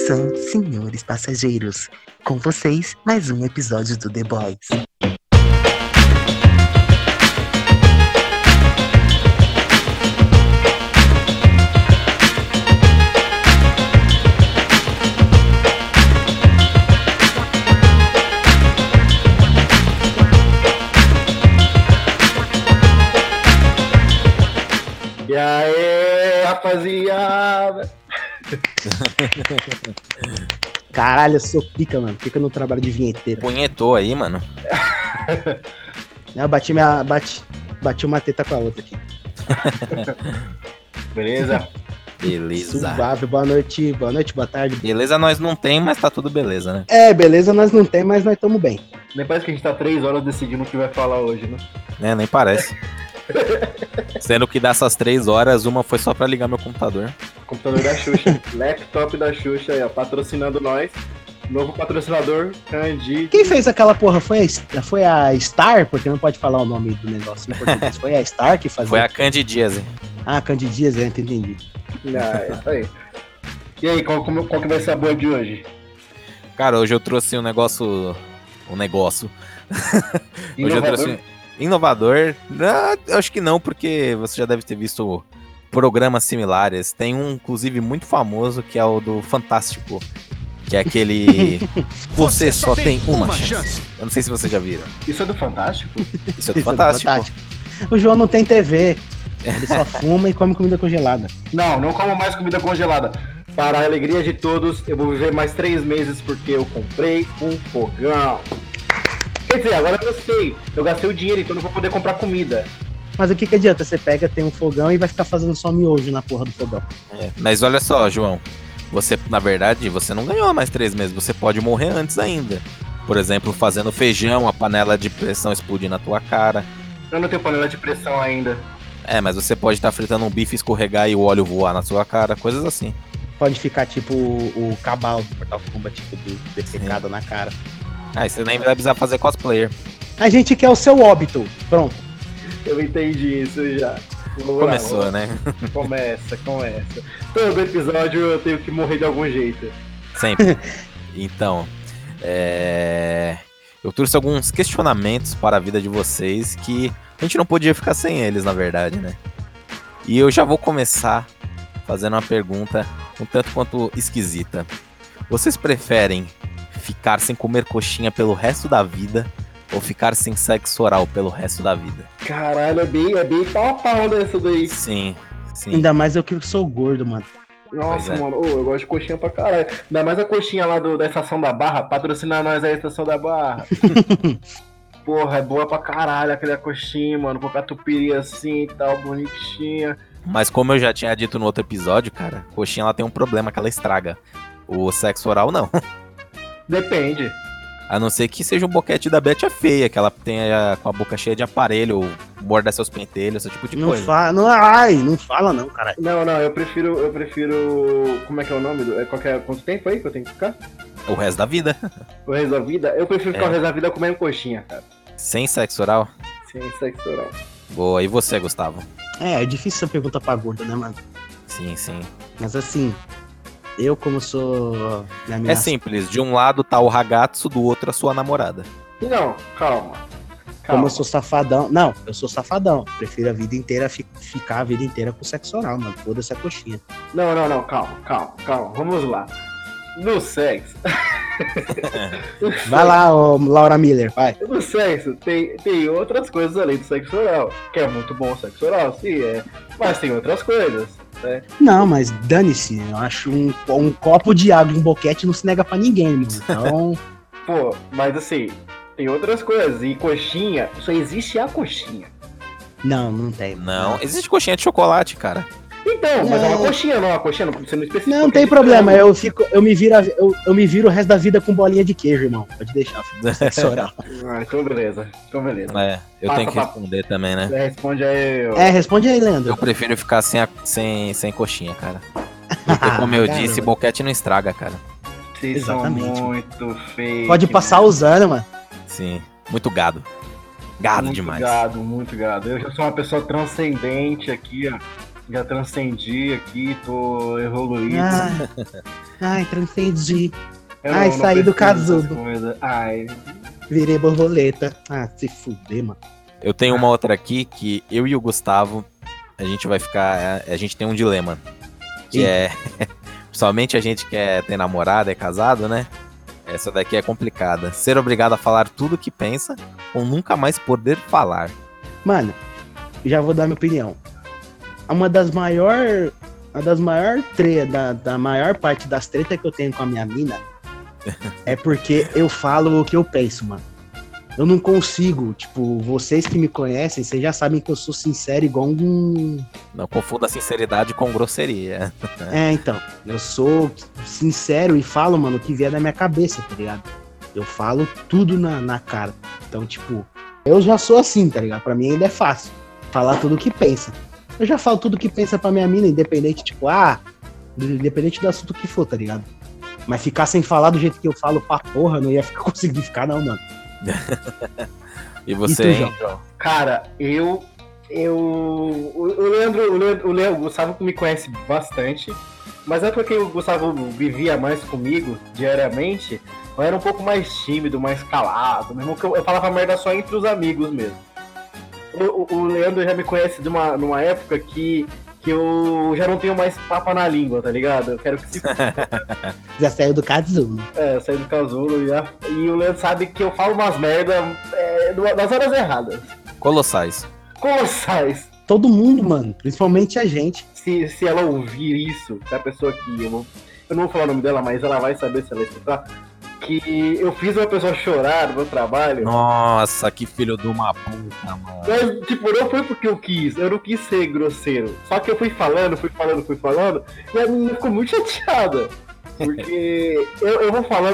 Atenção, senhores passageiros. Com vocês, mais um episódio do The Boys. E aí, rapaziada? Caralho, eu sou pica, mano. Pica no trabalho de vinheteiro. Punhetou aí, mano. Eu bati uma teta com a outra aqui. Beleza? Beleza. Suave, boa noite, boa tarde. Beleza nós não tem, mas tá tudo beleza, né? É, beleza, nós não tem, mas nós estamos bem. Nem parece que a gente tá 3 horas decidindo o que vai falar hoje, né? Né, nem parece. Sendo que dessas 3 horas, uma foi só pra ligar meu computador. Computador da Xuxa, laptop da Xuxa aí, ó, patrocinando nós. Novo patrocinador, Candy. Quem fez aquela porra? Foi a Star? Porque não pode falar o nome do negócio em português. Foi a Star que fazia? Foi a Candy Dias, hein? Ah, Candy Dias, entendi. Ah, é isso aí. E aí, qual que vai ser a boa de hoje? Cara, hoje eu trouxe um negócio. Hoje eu trouxe inovador. Eu acho que não, porque você já deve ter visto programas similares. Tem um, inclusive, muito famoso, que é o do Fantástico. Que é aquele... Você só tem uma chance. Eu não sei se vocês já viram. Isso é do Fantástico? Isso é do Fantástico. O João não tem TV. Ele só fuma e come comida congelada. Não como mais comida congelada. Para a alegria de todos, eu vou viver mais 3 meses porque eu comprei um fogão. Quer dizer, agora eu sei. Eu gastei o dinheiro, então não vou poder comprar comida. Mas o que adianta? Você pega, tem um fogão e vai ficar fazendo só miojo na porra do fogão. É, mas olha só, João. Você, na verdade, você não ganhou mais 3 meses. Você pode morrer antes ainda. Por exemplo, fazendo feijão, a panela de pressão explodir na tua cara. Eu não tenho panela de pressão ainda. É, mas você pode estar fritando um bife, escorregar e o óleo voar na sua cara. Coisas assim. Pode ficar tipo o Cabal do Mortal Kombat, tipo, defecado na cara. Ah, e você nem vai precisar fazer cosplayer. A gente quer o seu óbito. Pronto. Eu entendi isso já. Começou, né? Começa. Todo episódio eu tenho que morrer de algum jeito. Sempre. Então, eu trouxe alguns questionamentos para a vida de vocês que a gente não podia ficar sem eles, na verdade, né? E eu já vou começar fazendo uma pergunta um tanto quanto esquisita. Vocês preferem ficar sem comer coxinha pelo resto da vida ou ficar sem sexo oral pelo resto da vida? Caralho, é bem pau a pau dessa daí. Sim. Ainda mais eu que sou gordo, mano. Nossa, mano, eu gosto de coxinha pra caralho. Ainda mais a coxinha lá da Estação da Barra, patrocinar nós aí, Estação da Barra. Porra, é boa pra caralho aquela coxinha, mano, com catupiry assim e tal, bonitinha. Mas como eu já tinha dito no outro episódio, cara, coxinha ela tem um problema que ela estraga. O sexo oral não. Depende. A não ser que seja um boquete da Betty a feia, que ela tenha com a boca cheia de aparelho, morda seus pentelhos, esse tipo de coisa. Não fala não, caralho. Não, eu prefiro. Como é que é o nome? Quanto tempo aí que eu tenho que ficar? O resto da vida. O resto da vida? Eu prefiro ficar o resto da vida comendo coxinha, cara. Sem sexo oral? Sem sexo oral. Boa, e você, Gustavo? É difícil essa pergunta pra gorda, né, mano? Sim. Mas assim, eu como sou... É simples, de um lado tá o ragazzo, do outro a sua namorada. Não, calma. Como eu sou safadão... Não, eu sou safadão. Prefiro a vida inteira ficar a vida inteira com sexo oral, mano. Foda-se a coxinha. Não, calma. Vamos lá. No sexo. Vai lá, Laura Miller, vai. No sexo tem outras coisas além do sexo oral. Que é muito bom o sexo oral, sim, é. Mas tem outras coisas, né? Não, mas dane-se. Eu acho um copo de água em boquete não se nega pra ninguém, mano. Então... Pô, mas assim, tem outras coisas. E coxinha, só existe a coxinha. Não tem. Não, existe coxinha de chocolate, cara. Então, mas é uma coxinha, não é uma coxinha, não você não especifica. Não tem problema, eu me viro o resto da vida com bolinha de queijo, irmão. Pode deixar, filho. Sexo oral. Ah, então beleza. Eu tenho que responder também, né? Responde aí. Responde aí, Leandro. Eu prefiro ficar sem coxinha, cara. Porque, como eu disse, boquete não estraga, cara. Vocês Exatamente. são muito feios. Pode passar usando, mano. Sim, muito gado. Gado muito demais. Muito gado. Eu já sou uma pessoa transcendente aqui, ó. Já transcendi aqui, tô evoluído. Ai, transcendi. Eu Ai, não saí do preciso dessas casulo. coisas. Ai, Virei borboleta. Ah, se fuder, mano. Eu tenho uma outra aqui que eu e o Gustavo, a gente vai ficar. A gente tem um dilema. Que é. Principalmente a gente que tem namorada, é casado, né? Essa daqui é complicada. Ser obrigado a falar tudo o que pensa ou nunca mais poder falar. Mano, já vou dar minha opinião. Uma das maiores da maior parte das tretas que eu tenho com a minha mina é porque eu falo o que eu penso, mano. Eu não consigo, tipo, vocês que me conhecem, vocês já sabem que eu sou sincero igual um... Não confunda sinceridade com grosseria. É, então, eu sou sincero e falo, mano, o que vier da minha cabeça, tá ligado? Eu falo tudo na cara. Então, tipo, eu já sou assim, tá ligado? Pra mim ainda é fácil falar tudo o que pensa. Eu já falo tudo o que pensa pra minha mina, independente, tipo, independente do assunto que for, tá ligado? Mas ficar sem falar do jeito que eu falo pra porra, não ia conseguir ficar não, mano. E você, E tu, hein, João? cara, o Gustavo me conhece bastante, mas é porque o Gustavo vivia mais comigo diariamente, eu era um pouco mais tímido, mais calado, mesmo que eu falava merda só entre os amigos mesmo. O Leandro já me conhece numa época que eu já não tenho mais papo na língua, tá ligado? Eu quero que se... Já saiu do casulo. eu saí do casulo já. E o Leandro sabe que eu falo umas merda nas horas erradas. Colossais. Colossais. Todo mundo, mano, principalmente a gente. Se ela ouvir isso, se a pessoa que eu não vou falar o nome dela, mas ela vai saber se ela escutar, que eu fiz uma pessoa chorar no meu trabalho. Nossa, que filho de uma puta, mano. Mas, tipo, não foi porque eu não quis ser grosseiro. Só que eu fui falando, e a menina ficou muito chateada. Porque eu vou falando,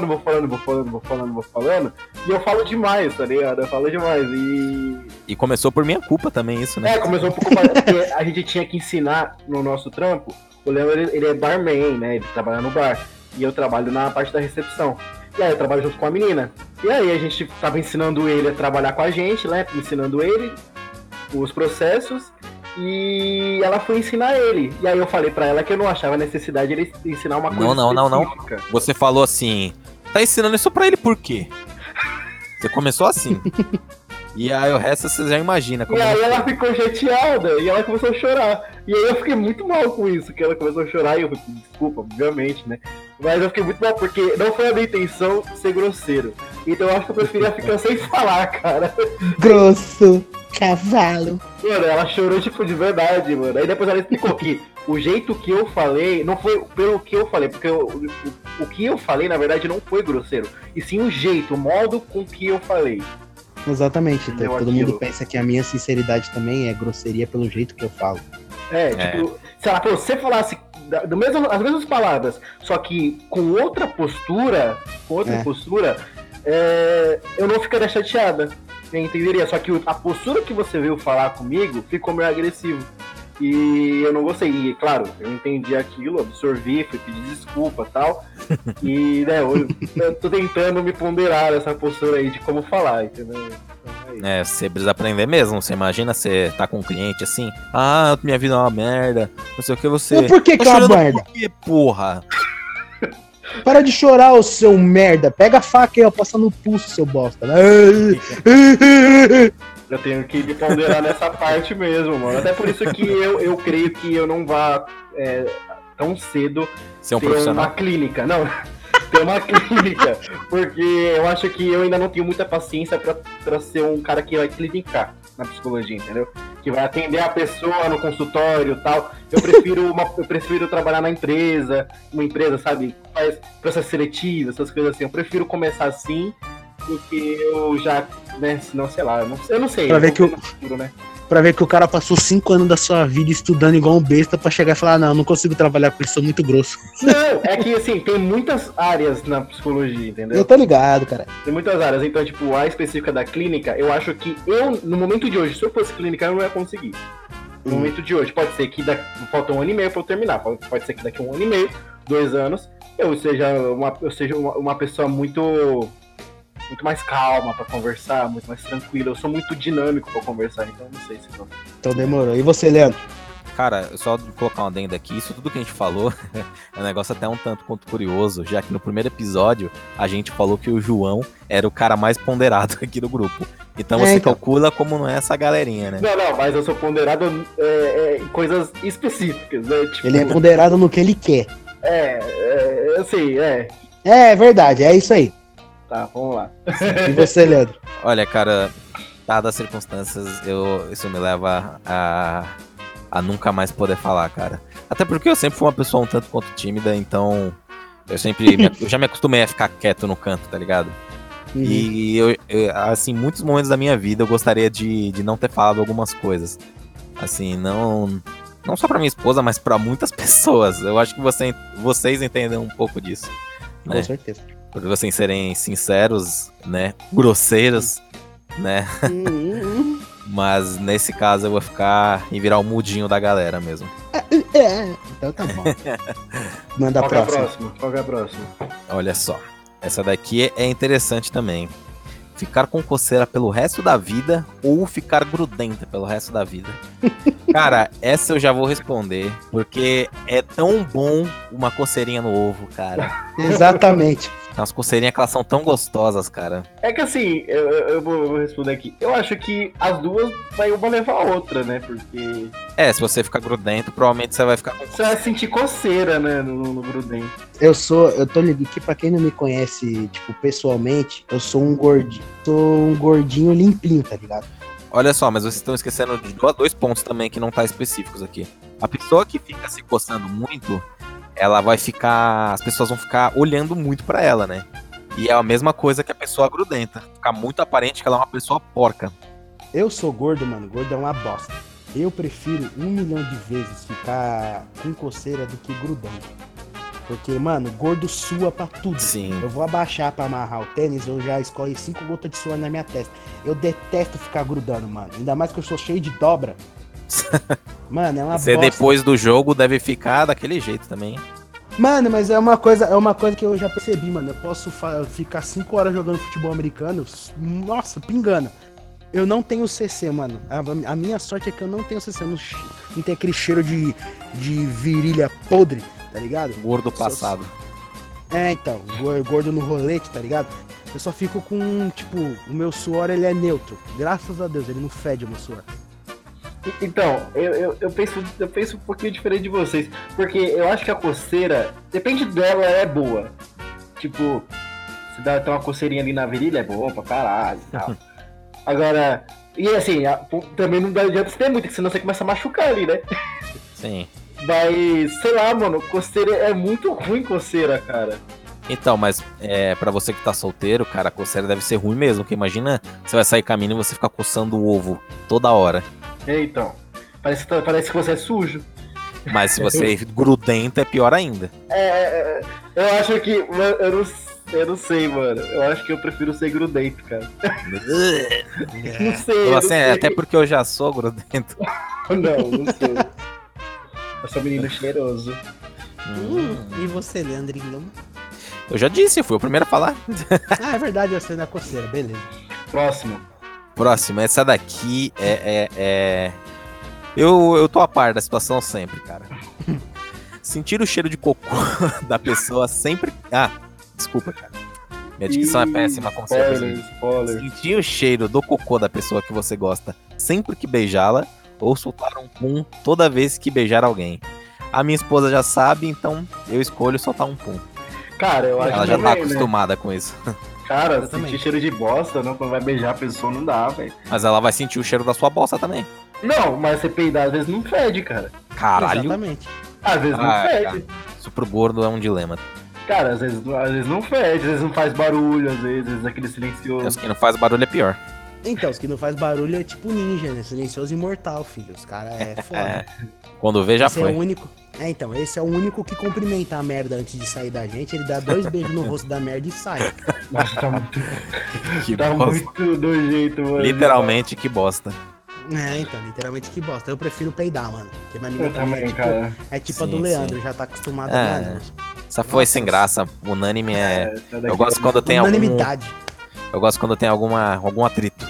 e eu falo demais, tá ligado? Eu falo demais, E começou por minha culpa também isso, né? começou um pouco mais, porque a gente tinha que ensinar no nosso trampo. O Léo, ele é barman, né? Ele trabalha no bar. E eu trabalho na parte da recepção. E aí eu trabalho junto com a menina. E aí a gente tava ensinando ele a trabalhar com a gente, né? Ensinando ele os processos. E ela foi ensinar ele. E aí eu falei pra ela que eu não achava necessidade de ele ensinar uma coisa Não. específica. Você falou assim, tá ensinando isso pra ele por quê? Você começou assim. E aí o resto você já imagina. E aí ela ficou chateada e ela começou a chorar. E aí eu fiquei muito mal com isso, que ela começou a chorar e eu falei, desculpa, obviamente, né? Mas eu fiquei muito mal porque não foi a minha intenção ser grosseiro. Então eu acho que eu preferia ficar sem falar, cara. Grosso, cavalo. Mano, ela chorou, tipo, de verdade, mano. Aí depois ela explicou que o jeito que eu falei não foi pelo que eu falei, porque o que eu falei, na verdade, não foi grosseiro. E sim o jeito, o modo com que eu falei. Exatamente, Entendeu todo aquilo? mundo pensa que a minha sinceridade também é grosseria pelo jeito que eu falo. Tipo, sei lá, pô, se você falasse as mesmas palavras, só que com outra postura, eu não ficaria chateada. Eu entenderia, só que a postura que você veio falar comigo ficou meio agressivo. E eu não gostei. E, claro, eu entendi aquilo, absorvi, fui pedir desculpa e tal. E, né, eu tô tentando me ponderar essa postura aí de como falar, entendeu? Você precisa aprender mesmo. Você imagina você tá com um cliente assim, minha vida é uma merda, não sei o que você. Mas por que que é uma chorando merda? por quê, porra? Para de chorar, ô seu merda. Pega a faca aí, ó, passa no pulso, seu bosta. Eu tenho que me ponderar nessa parte mesmo, mano. Até por isso que eu creio que eu não vá tão cedo Ser um ter profissional. uma clínica. Não, ter uma clínica. Porque eu acho que eu ainda não tenho muita paciência pra ser um cara que vai clinicar na psicologia, entendeu? Que vai atender a pessoa no consultório e tal. Eu prefiro trabalhar na empresa, uma empresa, sabe, faz processo seletivo, essas coisas assim. Eu prefiro começar assim do que eu já, né, senão, sei lá, eu não sei. Pra ver que no futuro, né? Pra ver que o cara passou 5 anos da sua vida estudando igual um besta pra chegar e falar, não consigo trabalhar com isso, sou muito grosso. Não, é que assim, tem muitas áreas na psicologia, entendeu? Eu tô ligado, cara. Tem muitas áreas, então, tipo, a específica da clínica, eu acho que no momento de hoje, se eu fosse clínica, eu não ia conseguir. No momento de hoje, pode ser que falta 1 ano e meio pra eu terminar, pode ser que daqui a 1 ano e meio, 2 anos, eu seja uma pessoa muito mais calma pra conversar, muito mais tranquila. Eu sou muito dinâmico pra conversar, então não sei se não. Então demorou. E você, Leandro? Cara, só colocar uma adenda aqui, isso tudo que a gente falou é um negócio até um tanto quanto curioso, já que no primeiro episódio a gente falou que o João era o cara mais ponderado aqui do grupo. Então você calcula como não é essa galerinha, né? Não, mas eu sou ponderado em coisas específicas, né? Tipo, Ele é ponderado no que ele quer. assim, É verdade, é isso aí. Tá, vamos lá. E você, Leandro? Olha, cara, dadas as circunstâncias, isso me leva a nunca mais poder falar, cara. Até porque eu sempre fui uma pessoa um tanto quanto tímida, então eu já me acostumei a ficar quieto no canto, tá ligado? Uhum. E assim, muitos momentos da minha vida eu gostaria de não ter falado algumas coisas. Assim, não só pra minha esposa, mas pra muitas pessoas. Eu acho que vocês entendem um pouco disso, né? Com certeza. Por vocês serem sinceros, né? Grosseiros, né? Mas nesse caso eu vou ficar e virar o mudinho da galera mesmo. Então tá bom. Manda a próxima. Qual é a próxima? Olha só, essa daqui é interessante também. Ficar com coceira pelo resto da vida ou ficar grudenta pelo resto da vida? Cara, essa eu já vou responder, porque é tão bom uma coceirinha no ovo, cara. Exatamente. Tem umas coceirinhas que elas são tão gostosas, cara. É que assim, eu vou responder aqui. Eu acho que as duas vai uma levar a outra, né? Porque Se você ficar grudento, provavelmente você vai ficar com você vai sentir coceira, né? No grudento. Eu tô ligado que pra quem não me conhece, tipo, pessoalmente, eu sou um gordinho. Sou um gordinho limpinho, tá ligado? Olha só, mas vocês estão esquecendo de dois pontos também que não tá específicos aqui. A pessoa que fica se coçando muito, ela vai ficar... As pessoas vão ficar olhando muito pra ela, né? E é a mesma coisa que a pessoa grudenta. Fica muito aparente que ela é uma pessoa porca. Eu sou gordo, mano. Gordo é uma bosta. Eu prefiro 1 milhão de vezes ficar com coceira do que grudento. Porque, mano, gordo sua pra tudo. Sim. Eu vou abaixar pra amarrar o tênis, eu já escolhi 5 gotas de suor na minha testa. Eu detesto ficar grudando, mano. Ainda mais que eu sou cheio de dobra. Mano, é uma Você bosta. depois do jogo deve ficar daquele jeito também. Mano, mas é uma coisa que eu já percebi, mano. Eu posso ficar 5 horas jogando futebol americano, nossa, pingando. Eu não tenho CC, mano. A minha sorte é que eu não tenho CC. Não tem aquele cheiro de virilha podre, tá ligado? Gordo passado. Então, gordo no rolete, tá ligado? Eu só fico com, tipo, o meu suor, ele é neutro. Graças a Deus, ele não fede o meu suor. Então, eu penso um pouquinho diferente de vocês. Porque eu acho que a coceira, depende dela, é boa. Tipo, se dá uma coceirinha ali na virilha, é bom pra caralho e tal. Agora, e assim, também não adianta você ter muito, porque senão você começa a machucar ali, né? Sim. Mas, sei lá, mano, coceira é muito ruim, coceira, cara. Então, mas pra você que tá solteiro, cara, a coceira deve ser ruim mesmo. Porque imagina, você vai sair caminho e você ficar coçando o ovo toda hora. Então, parece que você é sujo. Mas se você é grudento, é pior ainda. Eu acho que, eu não sei, mano. Eu acho que eu prefiro ser grudento, cara. Não sei, Assim, até porque eu já sou grudento. Não sei. Eu sou menino cheiroso. E você, Leandrinho? Eu já disse, eu fui o primeiro a falar. Ah, é verdade, você na coceira, beleza. Próximo, essa daqui Eu tô a par da situação sempre, cara. Sentir o cheiro de cocô da pessoa sempre... desculpa, cara. Minha dicção é péssima, como sempre. Spoiler. Sentir o cheiro do cocô da pessoa que você gosta sempre que beijá-la ou soltar um pum toda vez que beijar alguém. A minha esposa já sabe, então eu escolho soltar um pum. Cara, eu acho Ela que já tá também, acostumada com isso. Cara, sentir cheiro de bosta, não, quando vai beijar a pessoa não dá, velho. Mas ela vai sentir o cheiro da sua bosta também. Não, mas você peidar às vezes não fede, cara. Caralho. Exatamente. Às vezes não fede. Cara, isso pro gordo é um dilema. Cara, às vezes não fede, às vezes não faz barulho, às vezes aquele silencioso. Os que não faz barulho é pior. Então, os que não faz barulho é tipo ninja, né? Silencioso e imortal, filho. Os caras é foda. Quando vê, já Esse foi. é o único. Então, esse é o único que cumprimenta a merda antes de sair da gente. Ele dá 2 beijos no rosto da merda e sai. Nossa, tá muito. Que Tá bosta. muito do jeito, mano. Literalmente, que bosta. Então, literalmente que bosta. Eu prefiro peidar, mano. Porque minha amiga Eu também, é tipo, cara. é tipo a do Sim, Leandro, sim. já tá acostumada a anos. Essa foi Nossa, sem graça. Unânime é. Essa daqui Eu gosto quando tem algum. Unanimidade. Eu gosto quando tem algum atrito.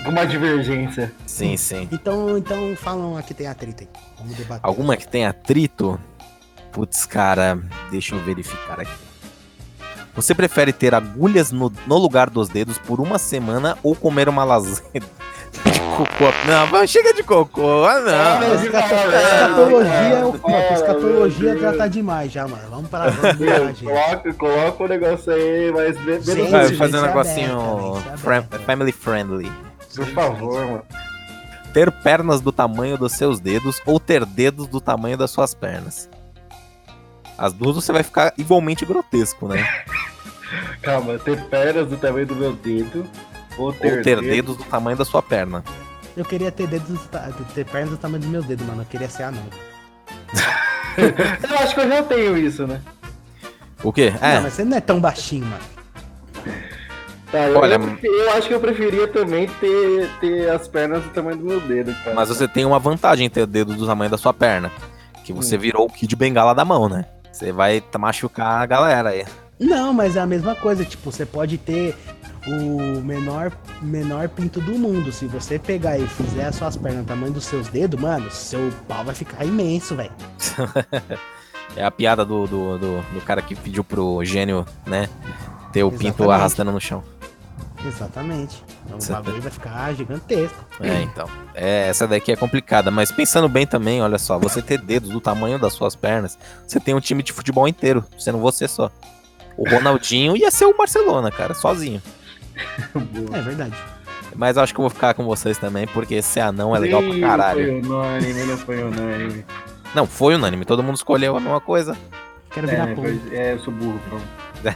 Uma divergência. Sim, sim. Então falam aqui tem atrito aí. Vamos debater. Alguma que tem atrito? Putz, cara, deixa eu verificar aqui. Você prefere ter agulhas no lugar dos dedos por uma semana ou comer uma lasanha de cocô? Não, chega de cocô. Ah, não. Escatologia é o foco. Escatologia já tá demais já, mano. Vamos pra gente. Coloca o negócio aí, mas Sim, Vai gente, fazer um isso é negocinho aberto, isso é aberto. family friendly. por favor, mano. Ter pernas do tamanho dos seus dedos ou ter dedos do tamanho das suas pernas. As duas você vai ficar igualmente grotesco, né? Calma, ter pernas do tamanho do meu dedo ou Ou ter dedos do tamanho da sua perna. Eu queria ter ter pernas do tamanho do meu dedo, mano. Eu queria ser anão. Eu acho que eu já tenho isso, né? O quê? Não, mas você não é tão baixinho, mano. Tá, eu acho que eu preferia também ter as pernas do tamanho do meu dedo, cara. Mas você tem uma vantagem em ter dedos do tamanho da sua perna. Que você virou o Kid Bengala da mão, né? Você vai machucar a galera aí. Não, mas é a mesma coisa. Tipo, você pode ter o menor pinto do mundo. Se você pegar e fizer as suas pernas do tamanho dos seus dedos, mano, seu pau vai ficar imenso, velho. É a piada do cara que pediu pro gênio, né? Ter o pinto Exatamente. arrastando no chão. Exatamente. Então, o bagulho vai ficar gigantesco. Então. Essa daqui é complicada, mas pensando bem também, olha só, você ter dedos do tamanho das suas pernas, você tem um time de futebol inteiro, sendo você só. O Ronaldinho ia ser o Barcelona, cara, sozinho. É verdade. Mas eu acho que eu vou ficar com vocês também, porque ser anão é legal pra caralho. Não foi unânime. Não, foi unânime, todo mundo escolheu a mesma coisa. Quero virar pão. Eu sou burro, pronto.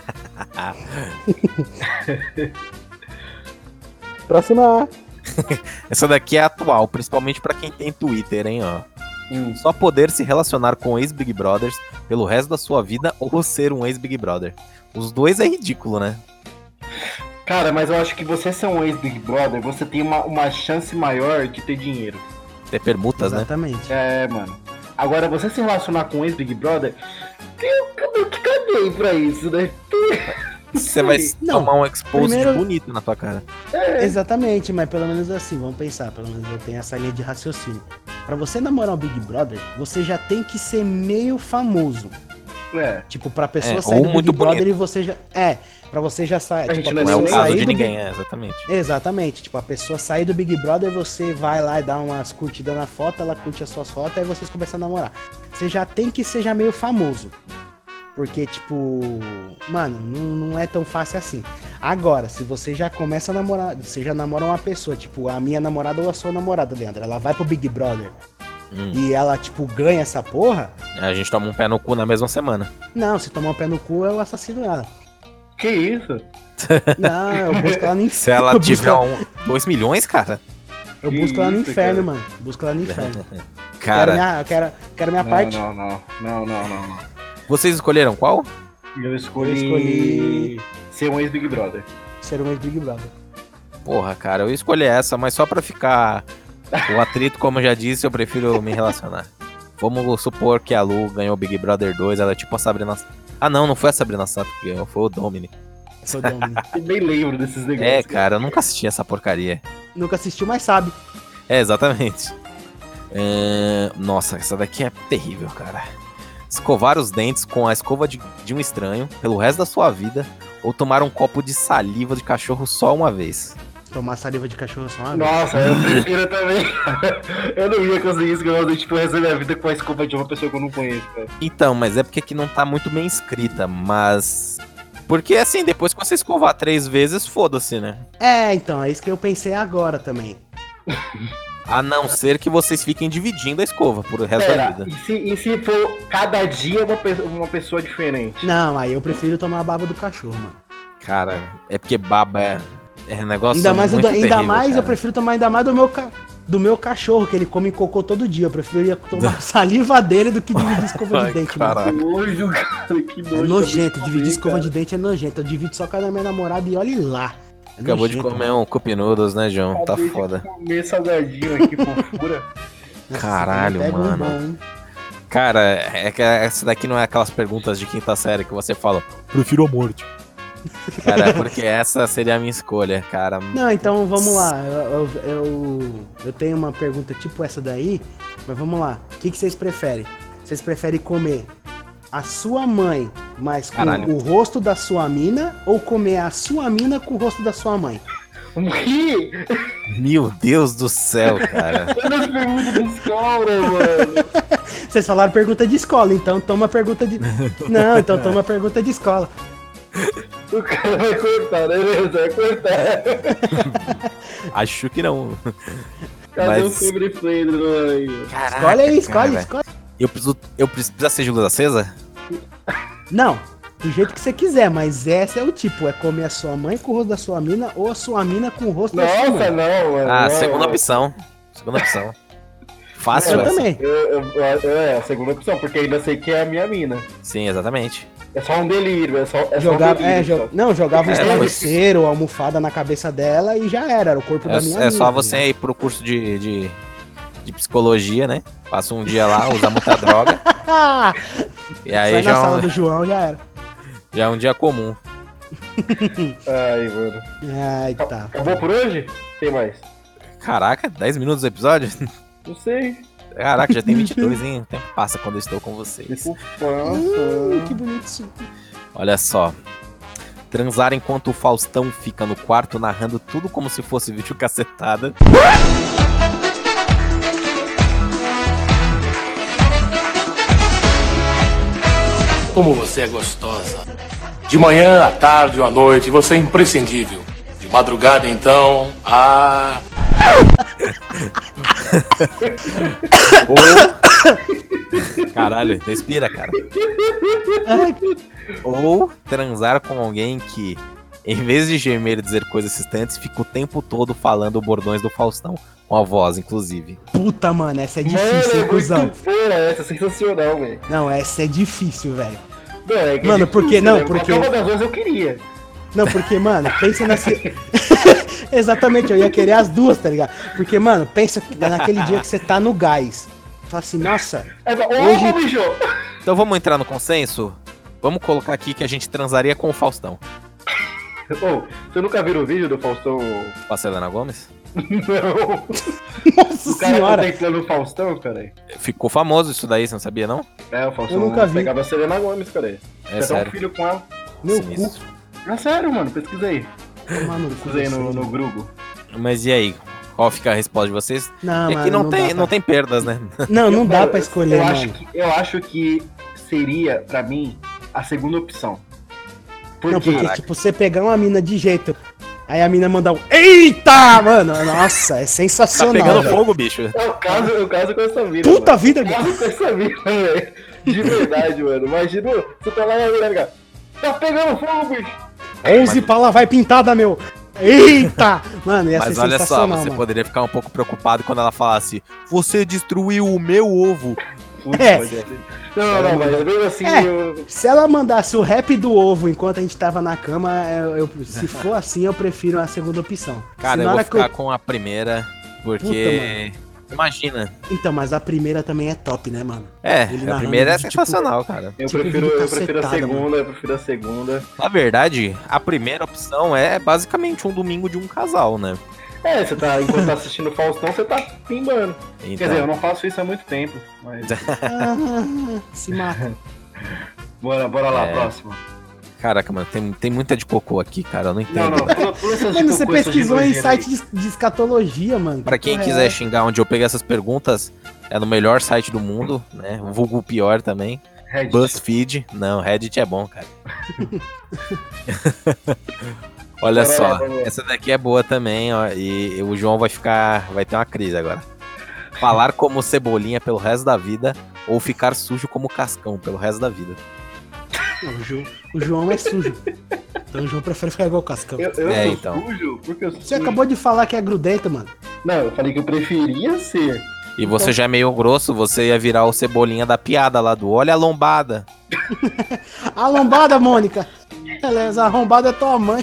Próxima. Essa daqui é atual, principalmente pra quem tem Twitter, hein, ó. Só poder se relacionar com ex-Big Brothers pelo resto da sua vida ou ser um ex-Big Brother. Os dois é ridículo, né? Cara, mas eu acho que você ser um ex-Big Brother, você tem uma chance maior de ter dinheiro. Ter permutas, né? Exatamente. É, mano. Agora, você se relacionar com um ex-Big Brother, eu que caguei pra isso, né? Você vai Não, tomar um expose primeiro- bonito na tua cara. Exatamente, mas pelo menos assim, vamos pensar, pelo menos eu tenho essa linha de raciocínio. Pra você namorar um Big Brother, você já tem que ser meio famoso. É. Tipo, pra pessoa É, sair ou do Big muito Brother bonito. e você já. Pra você já sair. A Tipo, gente a não Não é o pessoa caso sair de do ninguém, exatamente. Exatamente, tipo, a pessoa sair do Big Brother, você vai lá e dá umas curtidas na foto, ela curte as suas fotos, aí vocês começam a namorar. Você já tem que ser já meio famoso. Porque, tipo, mano, não é tão fácil assim. Agora, se você já começa a namorar, você já namora uma pessoa, tipo, a minha namorada ou a sua namorada, Leandro, ela vai pro Big Brother e ela, tipo, ganha essa porra, A gente toma um pé no cu na mesma semana. não, se tomar um pé no cu, eu assassino ela. Que isso? Não, eu busco ela no inferno. Se ela tiver 2 milhões, cara. Eu busco ela no Isso, inferno, cara. mano. Busco ela no inferno. Cara, Quero minha parte. Não. vocês escolheram qual? Eu Eu escolhi escolhi ser um ex-Big Brother. ser um ex-Big Brother. Porra, cara, eu escolhi essa, mas só pra ficar o atrito, como eu já disse, eu prefiro me relacionar. Vamos supor que a Lu ganhou o Big Brother 2, ela é tipo a Sabrina... Ah, não foi a Sabrina Sato que ganhou, foi o Domini. Sou Domini. Eu nem lembro desses negócios. É, cara, eu nunca assisti essa porcaria. Nunca assistiu, mas sabe. É, exatamente. Nossa, essa daqui é terrível, cara. Escovar os dentes com a escova de um estranho pelo resto da sua vida ou tomar um copo de saliva de cachorro só uma vez. Tomar saliva de cachorro só uma vez. Nossa, eu prefiro também. Eu não ia conseguir escovar os dentes pro resto da minha vida com a escova de uma pessoa que eu não conheço, cara. Então, mas é porque aqui não tá muito bem escrita, mas... Porque assim, depois que você escovar 3 vezes, foda-se, né? É, então, é isso que eu pensei agora também. A não ser que vocês fiquem dividindo a escova por o resto da Pera, vida. e se for cada dia uma pessoa diferente? Não, aí eu prefiro tomar a baba do cachorro, mano. Cara, é porque baba é negócio Ainda mais, muito terrível, eu cara. prefiro tomar ainda mais do meu cachorro, que ele come cocô todo dia. Eu preferia tomar a saliva dele do que dividir escova de Ai, dente, caralho. mano. Que nojo, cara, que É nojo. nojento, dividir Também, escova cara. de dente é nojento. Eu divido só com a da minha namorada e olhe lá. É Acabou de nojento, comer um cup noodles, né, João? Tá Acabei de foda. comer salgadinho aqui, fofura. Nossa, Caralho, pega um mano. bom, hein? Cara, é que essa daqui não é aquelas perguntas de quinta série que você fala, prefiro a morte. Cara, porque essa seria a minha escolha, cara. Não, então vamos lá. Eu tenho uma pergunta tipo essa daí, mas vamos lá. O que vocês preferem? Vocês preferem comer a sua mãe, mas com Caralho. o rosto da sua mina, ou comer a sua mina com o rosto da sua mãe? O quê? Meu Deus do céu, cara. Olha as perguntas de escola, mano. Vocês falaram pergunta de escola, então toma pergunta de. Não, então toma pergunta de escola. O cara vai cortar, né? Vai cortar. Acho que não. Cadê o Mas- Febre Flandre aí? Caraca, Escolhe aí, escolhe, cara. escolhe. Eu preciso ser de luz acesa? Não, do jeito que você quiser, mas esse é o tipo: é comer a sua mãe com o rosto da sua mina, ou a sua mina com o rosto da sua Nossa, mãe. não, mano. Ah, não, segunda mano. opção. Segunda opção. Fácil Eu essa. também. É a segunda opção, porque ainda sei que é a minha mina. Sim, exatamente. É só um delírio, é só Jogava, um delírio. só. não, jogava uns É, travesseiro, almofada na cabeça dela e já era o corpo da minha É só mina, você né? ir pro curso de psicologia, né? Passa um dia lá, usa muita droga. Ah, E aí sai na já, sala do João, já era. já é um dia comum. Ai, mano. Ai, tá. Acabou por hoje? Tem mais? Caraca, 10 minutos do episódio? Não sei. Caraca, já tem 22, hein? O tempo passa quando eu estou com vocês. Tipo, Que bonito isso. Olha só. Transar enquanto o Faustão fica no quarto narrando tudo como se fosse vídeo cacetada. Como você é gostosa. De manhã, à tarde ou à noite, você é imprescindível. De madrugada, então, Caralho, respira, cara. Ou transar com alguém que, em vez de gemer e dizer coisas excitantes, fica o tempo todo falando bordões do Faustão. Com a voz, inclusive. Puta, mano, essa é Mano, difícil, é cuzão. muito fora essa, sensacional, velho. Não, essa é difícil, velho. Não, é que é Mano, por que difícil, não? né? Porque- Qualquer uma das duas eu queria. Não, porque, mano, pensa na. Exatamente, eu ia querer as duas, tá ligado? Porque, mano, pensa naquele dia que você tá no gás. Fala assim, nossa, É, Hoje- ô, bicho! Então vamos entrar no consenso? Vamos colocar aqui que a gente transaria com o Faustão. Ô, você nunca viu o vídeo do Faustão? Com a Selena Gomes? Não. nossa O cara senhora. contemplando o Faustão, cara. Ficou famoso isso daí, você não sabia, não? É, o Faustão Eu nunca vi. pegava a Selena Gomes, cara. É Você tem um sério. filho com ela. Meu cu. Sinistro. É sério, mano, pesquisa aí. Mano, Pesquisa aí no Grugo. Mas e aí? Qual fica a resposta de vocês? Não, É mano, que não, dá tem, pra- não tem perdas, né? Não dá Mano, pra escolher, mano. eu acho que seria, pra mim, a segunda opção. Não, porque, Caraca. tipo, você pegar uma mina de jeito, aí a mina mandar um eita, mano, nossa, é Tá sensacional. pegando velho. fogo, bicho. Eu caso com essa vida. Puta mano. vida, Eu caso com essa vida, velho. De verdade, mano. Imagina, você tá lá na mulher, cara. Tá pegando fogo, bicho. 11 pala vai pintada, meu. Eita! Mano, ia Mas ser olha só, sensacional, você mano. poderia ficar um pouco preocupado quando ela falasse: você destruiu o meu ovo. Putz, É. mas não, mas mesmo assim, É. eu... Se ela mandasse o rap do ovo enquanto a gente tava na cama, se for assim, eu prefiro a segunda opção. Cara, Se eu na vou hora que ficar com a primeira, porque. Imagina. Então, mas a primeira também é top, né, mano? É, Ele a narrando primeira é vídeo, sensacional, cara. Eu Tipo, prefiro, vídeo eu prefiro a cacetada, segunda, eu prefiro a segunda. Na verdade, a primeira opção é basicamente um domingo de um casal, né? É, você tá, enquanto tá assistindo o Faustão, você tá pimbando. Então, Quer dizer, eu não faço isso há muito tempo, mas... Se mata. Bora lá, É. próximo. Caraca, mano, tem muita de cocô aqui, cara. Eu não entendo. Não, pula essas Mano, você coisas pesquisou de em nojento site aí. de escatologia, mano. Pra quem porra quiser é? xingar onde eu peguei essas perguntas, é no melhor site do mundo, né? O vulgo pior também. Reddit. BuzzFeed. Não, Reddit é bom, cara. Olha Bora só, lá, vamos lá. essa daqui é boa também, ó. E o João vai ter uma crise agora. Falar como Cebolinha pelo resto da vida ou ficar sujo como Cascão pelo resto da vida. Não, o João é sujo. Então o João prefere ficar igual o Cascão. Eu sou então. sujo? Porque eu sou Você sujo. acabou de falar que é grudento, mano. Não, eu falei que eu preferia ser. E você já é meio grosso, você ia virar o Cebolinha da piada lá do olha a lombada. A lombada, Mônica. Beleza, a arrombada é tua mãe.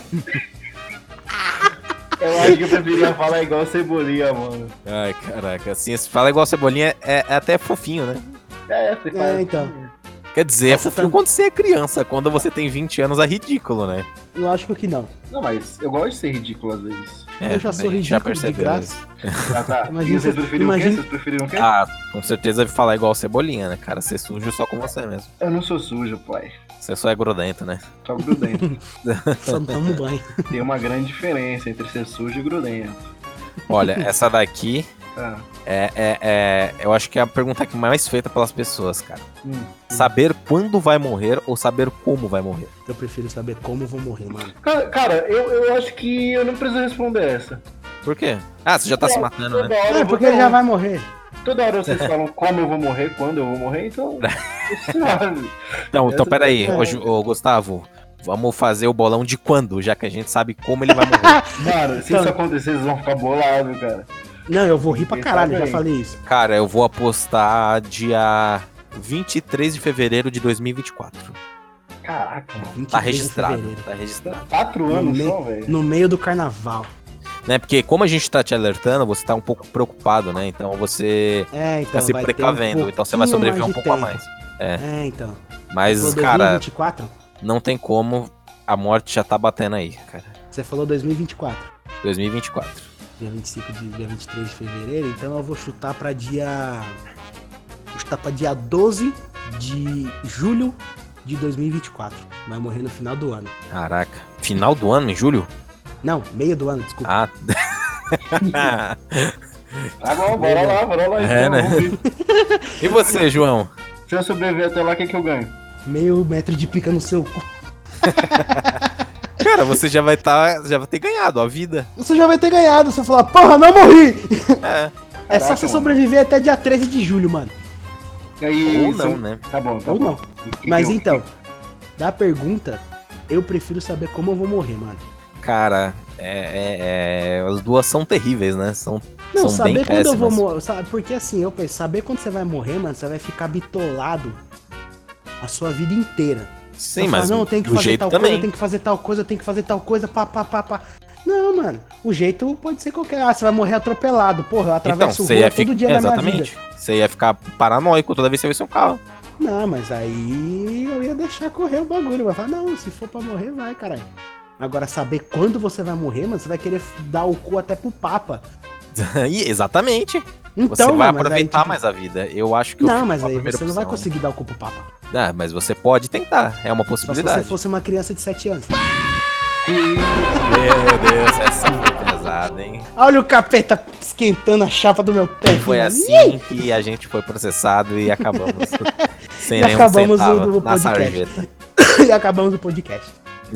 Eu acho que eu preferia falar igual Cebolinha, mano. Ai, caraca, assim, se fala igual Cebolinha é até fofinho, né? É, você faz. então. Quer dizer, é fofinho quando você é criança. Quando você tem 20 anos é ridículo, né? Lógico que não. Não, mas eu gosto de ser ridículo às vezes. Eu já sou a gente já ridículo de percebeu graça. isso. Ah, tá. Imagina E vocês se- preferiram o quê? imagina- Vocês preferiram o quê? Ah, com certeza falar igual Cebolinha, né, cara? Ser sujo só com você mesmo. Eu não sou sujo, pai. Você só é grudento, né? Só grudento. Só não tomo banho. Tem uma grande diferença entre ser sujo e grudento. Olha, essa daqui Ah. eu acho que é a pergunta que mais feita pelas pessoas, cara. Hum. Saber quando vai morrer ou saber como vai morrer? Eu prefiro saber como eu vou morrer, mano. Cara, eu acho que eu não preciso responder essa. Por quê? Ah, você já tá se matando, Toda né? hora eu É, vou- porque ele já vai morrer. Toda hora vocês falam como eu vou morrer, quando eu vou morrer, então. Sabe? Então Essa peraí, daí é- ô, Gustavo. Vamos fazer o bolão de quando, já que a gente sabe como ele vai morrer. Mano, se Então- isso acontecer, vocês vão ficar bolados, cara. Não, eu vou rir pra caralho, já Exatamente. falei isso. Cara, eu vou apostar dia 23 de fevereiro de 2024. Caraca, mano. 23 Tá de registrado, fevereiro. tá registrado. 4 No anos meio- só, velho. No meio do carnaval. Né? Porque como a gente tá te alertando, você tá um pouco preocupado, né? Então você É, então. tá se vai ter precavendo, então você vai pouquinho sobreviver um de pouco a tempo. mais. É, então. Mas, Falou cara, 2024? não tem como, a morte já tá batendo aí, cara. Você falou 2024. 2024. Dia 23 de fevereiro, então eu vou chutar pra dia. Vou chutar pra dia 12 de julho de 2024. Vai morrer no final do ano. Caraca. Final do ano, em julho? Não, meio do ano, desculpa. Ah. Tá bom, bora lá, É, então. né? Vamos ver. E você, João? Se eu sobreviver até lá, o que eu ganho? Meio metro de pica no seu cu. Cara, você já vai ter ganhado a vida. Você já vai ter ganhado. Você falar, porra, não morri! É. É só Caraca, você mano. sobreviver até dia 13 de julho, mano. E aí, Ou se não, eu- né? Tá bom, tá Ou bom. não. Mas então, da pergunta, eu prefiro saber como eu vou morrer, mano. Cara, as duas são terríveis, né? São Não, são bem saber quando eu vou péssimas. morrer. Porque assim, eu penso, saber quando você vai morrer, mano, você vai ficar bitolado a sua vida inteira. Sim, Você mas fala, não, eu tenho que do fazer jeito tal também. coisa, eu tenho que fazer tal coisa, eu tenho que fazer tal coisa, pá. Não, mano, o jeito pode ser qualquer. Ah, você vai morrer atropelado. Porra, eu Então, atravesso você o ia rua todo ficar. dia da minha vida. Exatamente. Você ia ficar paranoico toda vez que você vê seu carro. Não, mas aí eu ia deixar correr o bagulho. Vai falar, não, se for pra morrer, vai, caralho. Agora, saber quando você vai morrer, mano, você vai querer dar o cu até pro Papa. Exatamente. Então, Você vai mano, mas aí, aproveitar tipo, mais a vida. Eu acho que eu Não, fico mas com a aí primeira você não vai opção. conseguir dar o cu pro Papa. Ah, mas você pode tentar. É uma Só se você possibilidade. fosse uma criança de 7 anos. Meu Deus, essa foi pesada, hein? Olha o capeta esquentando a chapa do meu pé. Foi mano. assim que a gente foi processado e acabamos sem E nenhum acabamos centavo o na podcast. sarjeta. E acabamos o podcast.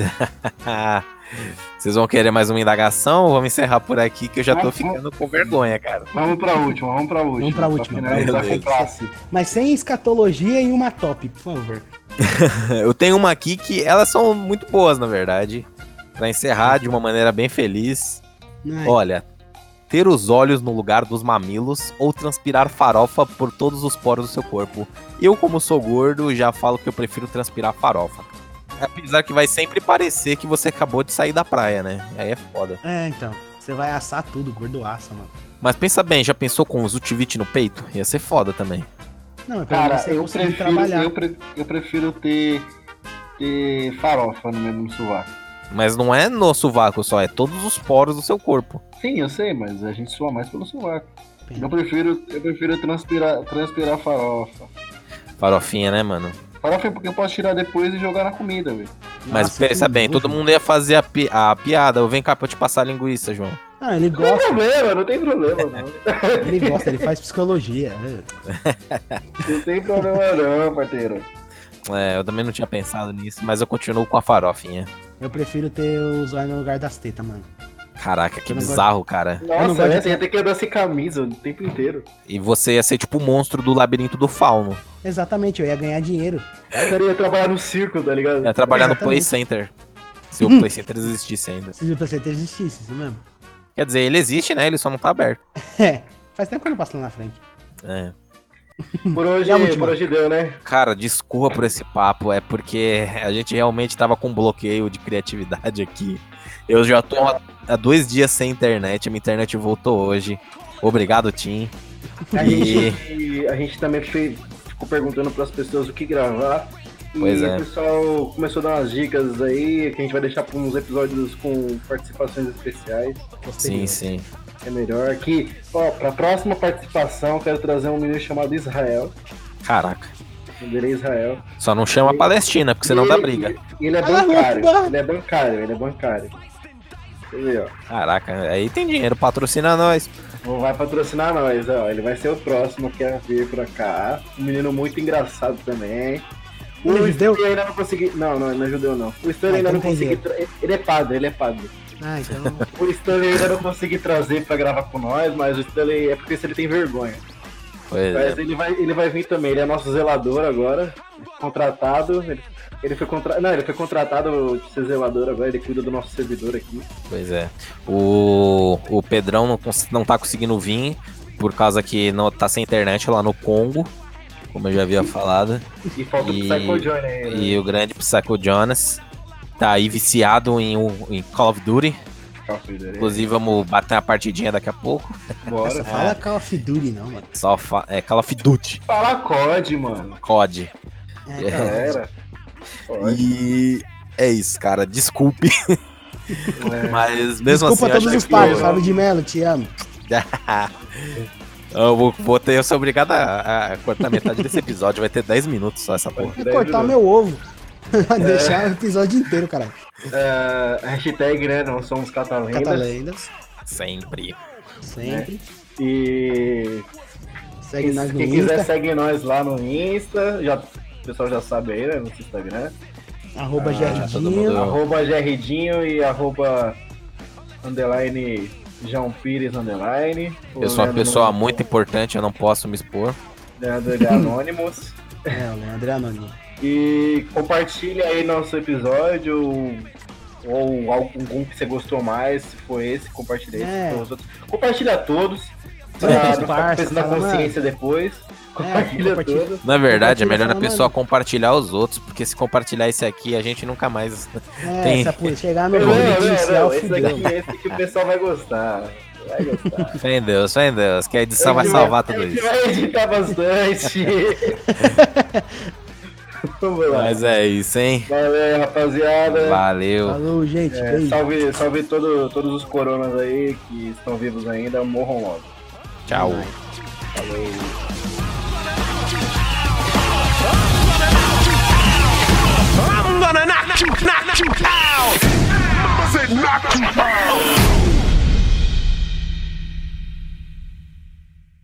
Vocês vão querer mais uma indagação ou vamos encerrar por aqui que eu já tô Vamos. ficando com vergonha, cara. Vamos pra última. Vamos pra última. Pra finalizar Meu com classe. Mas sem escatologia e uma top, por favor. Eu tenho uma aqui que elas são muito boas, na verdade. Pra encerrar de uma maneira bem feliz. Ai, Olha, ter os olhos no lugar dos mamilos ou transpirar farofa por todos os poros do seu corpo. Eu, como sou gordo, já falo que eu prefiro transpirar farofa. Apesar que vai sempre parecer que você acabou de sair da praia, né? Aí é foda. É, então. Você vai assar tudo, gordo assa, mano. Mas pensa bem, já pensou com os utivite no peito? Ia ser foda também. Não, mas pelo Cara, menos você eu conseguir prefiro, trabalhar. eu prefiro ter farofa no mesmo sovaco. Mas não é no sovaco só, é todos os poros do seu corpo. Sim, eu sei, mas a gente sua mais pelo sovaco. Eu prefiro transpirar farofa. Farofinha, né, mano? Farofa é porque eu posso tirar depois e jogar na comida, velho. Mas Nossa, pensa que bem, nojo. todo mundo ia fazer a piada. Eu venho cá pra eu te passar a linguiça, João. Ah, ele Não tem gosta, problema, não tem problema, não. ele gosta, ele faz psicologia. Não tem problema não, parceiro. É, eu também não tinha pensado nisso, mas eu continuo com a farofinha. Eu prefiro ter os olhos no lugar das tetas, mano. Caraca, que Eu não bizarro, cara. não Nossa, gosto de- você ia ter que andar sem camisa o tempo inteiro. E você ia ser tipo o monstro do labirinto do fauno. Exatamente, eu ia ganhar dinheiro. O cara ia trabalhar no circo, tá ligado? Ia trabalhar no Play Exatamente. Center. Se o Play Center existisse ainda. Se o PCT existisse, isso mesmo. Quer dizer, ele existe, né? Ele só não tá aberto. É, faz tempo que eu não passo lá na frente. É. Por hoje, E a última? por hoje deu, né? Cara, desculpa por esse papo, é porque a gente realmente tava com um bloqueio de criatividade aqui. Eu já tô há 2 dias sem internet, a minha internet voltou hoje. Obrigado, Tim. A E- gente também ficou perguntando pras pessoas o que gravar. Pois E é. o pessoal começou a dar umas dicas aí, que a gente vai deixar para uns episódios com participações especiais. Sim, sim. É melhor. Aqui, ó, pra próxima participação, eu quero trazer um menino chamado Israel. Caraca. O nome dele é Israel. Só não chama Palestina, porque senão dá briga. Ele é bancário. Ele é bancário. Deixa eu ver, ó. Caraca, aí tem dinheiro, patrocina nós. Vai patrocinar nós, ó. Ele vai ser o próximo que vai vir pra cá. Um menino muito engraçado também. Ele é judeu? Stanley ainda não consegui. Não é judeu, não. O Stanley ainda então não consegui. entendi. Ele é padre. Ah, então. O Stanley ainda não consegui trazer pra gravar com nós, mas o Stanley é porque se ele tem vergonha. Pois Mas é. ele vai vir também, ele é nosso zelador agora, contratado. Ele foi contratado de ser zelador agora, ele cuida do nosso servidor aqui. Pois é. O Pedrão não tá conseguindo vir por causa que não tá sem internet lá no Congo, como eu já havia falado. E falta o Psycho Johnny aí, né? E o grande Psycho Jonas tá aí viciado em Call of Duty. Inclusive, vamos bater uma partidinha daqui a pouco. Bora. Fala Call of Duty, não, mano. É Call of Duty, Fala COD, mano. COD. É, cara. Era. Pode. E é isso, cara. Desculpe. Mas mesmo Desculpa assim, a todos acho os que pais, Fábio de Mello, te amo. eu ser obrigado a cortar metade desse episódio. Vai ter 10 minutos só essa porra. Vou cortar meu ovo. Vai deixar o episódio inteiro, caralho. Hashtag, né? Não somos catalendas. Catalendas, Sempre. sempre. E Segue nós no quem quiser, Insta, segue nós lá no Insta. O pessoal já sabe aí, né? No Instagram. arroba todo Gerdinho. mundo- Arroba Gerridinho e arroba underline João Pires underline. Eu sou uma pessoa muito importante, eu não posso me expor. Leandro de Anonymous. É, o Leandro é anônimo. E compartilha aí nosso episódio. Ou algum que você gostou mais, se for esse, compartilha esse. É. Se for os outros. Compartilha todos. Pra Vai pros não ficar parça, pensando na fala, consciência depois. Compartilha compartilha. todos. Na verdade, é Compartilha, melhor a fala, pessoa mano. compartilhar os outros, porque se compartilhar esse aqui, a gente nunca mais. É, Tem- essa chegar no Não, rede inicial, esse fudeu. aqui, esse que o pessoal vai gostar. Vai gostar. Fé em Deus, que a edição vai salvar tudo A gente isso. vai editar bastante. Vamos lá. Mas é isso, hein? Valeu, rapaziada. Valeu. Falou, gente. Beijo. Salve todos os coronas aí que estão vivos ainda. Morram logo. Tchau. Falou.